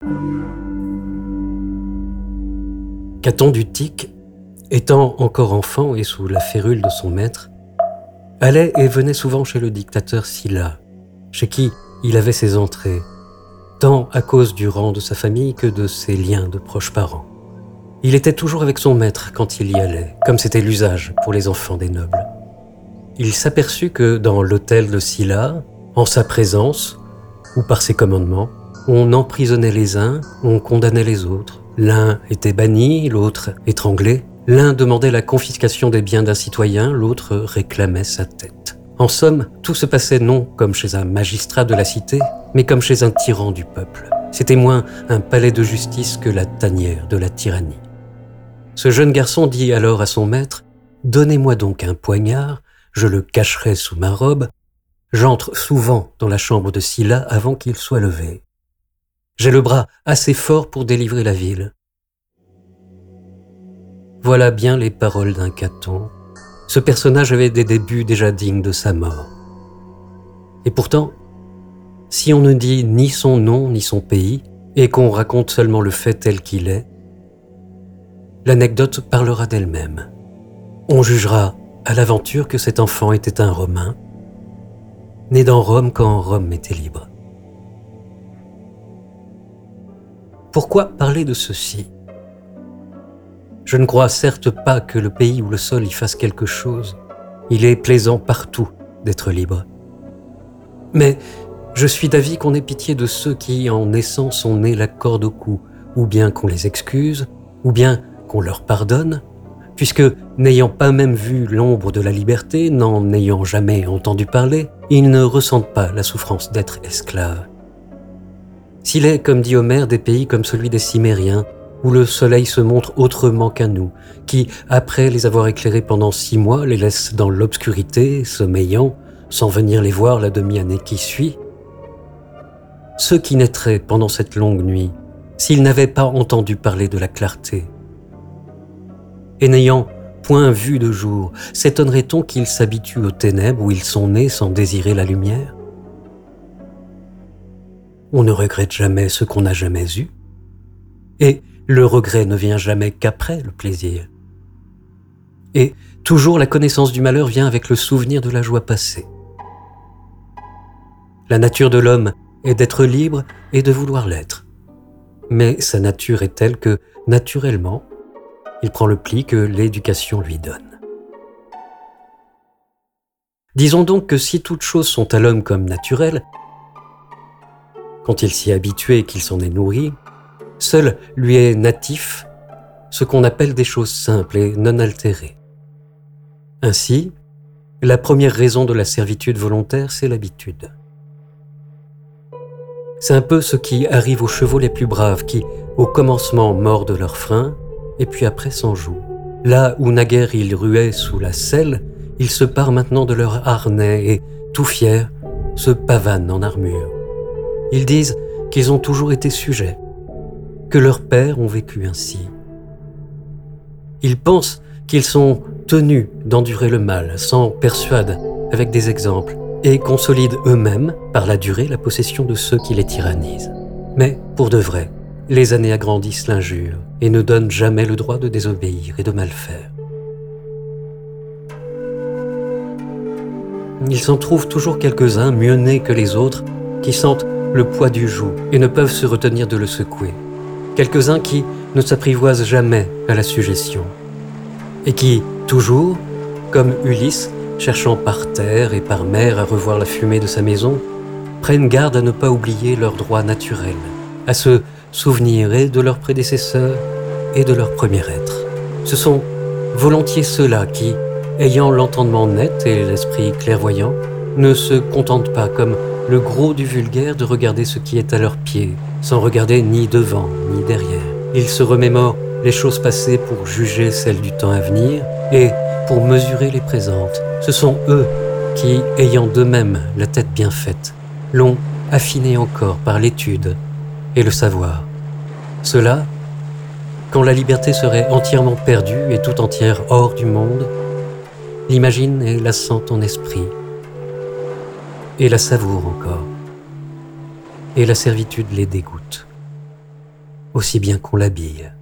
Caton du Tic, étant encore enfant et sous la férule de son maître, allait et venait souvent chez le dictateur Sylla, chez qui il avait ses entrées, tant à cause du rang de sa famille que de ses liens de proches parents. Il était toujours avec son maître quand il y allait, comme c'était l'usage pour les enfants des nobles. Il s'aperçut que dans l'hôtel de Sylla, en sa présence, ou par ses commandements, on emprisonnait les uns, on condamnait les autres. L'un était banni, l'autre étranglé. L'un demandait la confiscation des biens d'un citoyen, l'autre réclamait sa tête. En somme, tout se passait non comme chez un magistrat de la cité, mais comme chez un tyran du peuple. C'était moins un palais de justice que la tanière de la tyrannie. Ce jeune garçon dit alors à son maître « Donnez-moi donc un poignard, je le cacherai sous ma robe. J'entre souvent dans la chambre de Sylla avant qu'il soit levé. J'ai le bras assez fort pour délivrer la ville. » Voilà bien les paroles d'un Caton. Ce personnage avait des débuts déjà dignes de sa mort. Et pourtant, si on ne dit ni son nom ni son pays, et qu'on raconte seulement le fait tel qu'il est, l'anecdote parlera d'elle-même. On jugera à l'aventure que cet enfant était un Romain, né dans Rome quand Rome était libre. Pourquoi parler de ceci ? Je ne crois certes pas que le pays ou le sol y fasse quelque chose. Il est plaisant partout d'être libre. Mais je suis d'avis qu'on ait pitié de ceux qui, en naissant, sont nés la corde au cou, ou bien qu'on les excuse, ou bien qu'on leur pardonne, puisque, n'ayant pas même vu l'ombre de la liberté, n'en ayant jamais entendu parler, ils ne ressentent pas la souffrance d'être esclaves. S'il est, comme dit Homère, des pays comme celui des Cimériens, où le soleil se montre autrement qu'à nous, qui, après les avoir éclairés pendant 6 mois, les laisse dans l'obscurité, sommeillant, sans venir les voir la demi-année qui suit. Ceux qui naîtraient pendant cette longue nuit, s'ils n'avaient pas entendu parler de la clarté, et n'ayant point vu de jour, s'étonnerait-on qu'ils s'habituent aux ténèbres où ils sont nés sans désirer la lumière ? On ne regrette jamais ce qu'on n'a jamais eu, et le regret ne vient jamais qu'après le plaisir. Et toujours la connaissance du malheur vient avec le souvenir de la joie passée. La nature de l'homme est d'être libre et de vouloir l'être. Mais sa nature est telle que, naturellement, il prend le pli que l'éducation lui donne. Disons donc que si toutes choses sont à l'homme comme naturelles, quand il s'y est habitué et qu'il s'en est nourri, seul lui est natif ce qu'on appelle des choses simples et non altérées. Ainsi, la première raison de la servitude volontaire, c'est l'habitude. C'est un peu ce qui arrive aux chevaux les plus braves qui, au commencement, mordent leurs freins et puis après s'en jouent. Là où naguère ils ruaient sous la selle, ils se parent maintenant de leur harnais et, tout fiers, se pavanent en armure. Ils disent qu'ils ont toujours été sujets, que leurs pères ont vécu ainsi. Ils pensent qu'ils sont tenus d'endurer le mal, s'en persuadent avec des exemples et consolident eux-mêmes, par la durée, la possession de ceux qui les tyrannisent. Mais, pour de vrai, les années agrandissent l'injure et ne donnent jamais le droit de désobéir et de mal faire. Il s'en trouve toujours quelques-uns, mieux nés que les autres, qui sentent le poids du joug et ne peuvent se retenir de le secouer. Quelques-uns qui ne s'apprivoisent jamais à la sujétion et qui, toujours, comme Ulysse, cherchant par terre et par mer à revoir la fumée de sa maison, prennent garde à ne pas oublier leurs droits naturels, à se souvenir et de leurs prédécesseurs et de leur premier être. Ce sont volontiers ceux-là qui, ayant l'entendement net et l'esprit clairvoyant, ne se contentent pas, comme le gros du vulgaire, de regarder ce qui est à leurs pieds, sans regarder ni devant ni derrière. Ils se remémorent les choses passées pour juger celles du temps à venir et pour mesurer les présentes. Ce sont eux qui, ayant d'eux-mêmes la tête bien faite, l'ont affinée encore par l'étude et le savoir. Ceux-là, quand la liberté serait entièrement perdue et tout entière hors du monde, l'imaginent et la sentent en esprit, et la savourent encore, et la servitude les dégoûte. aussi bien qu'on l'habille.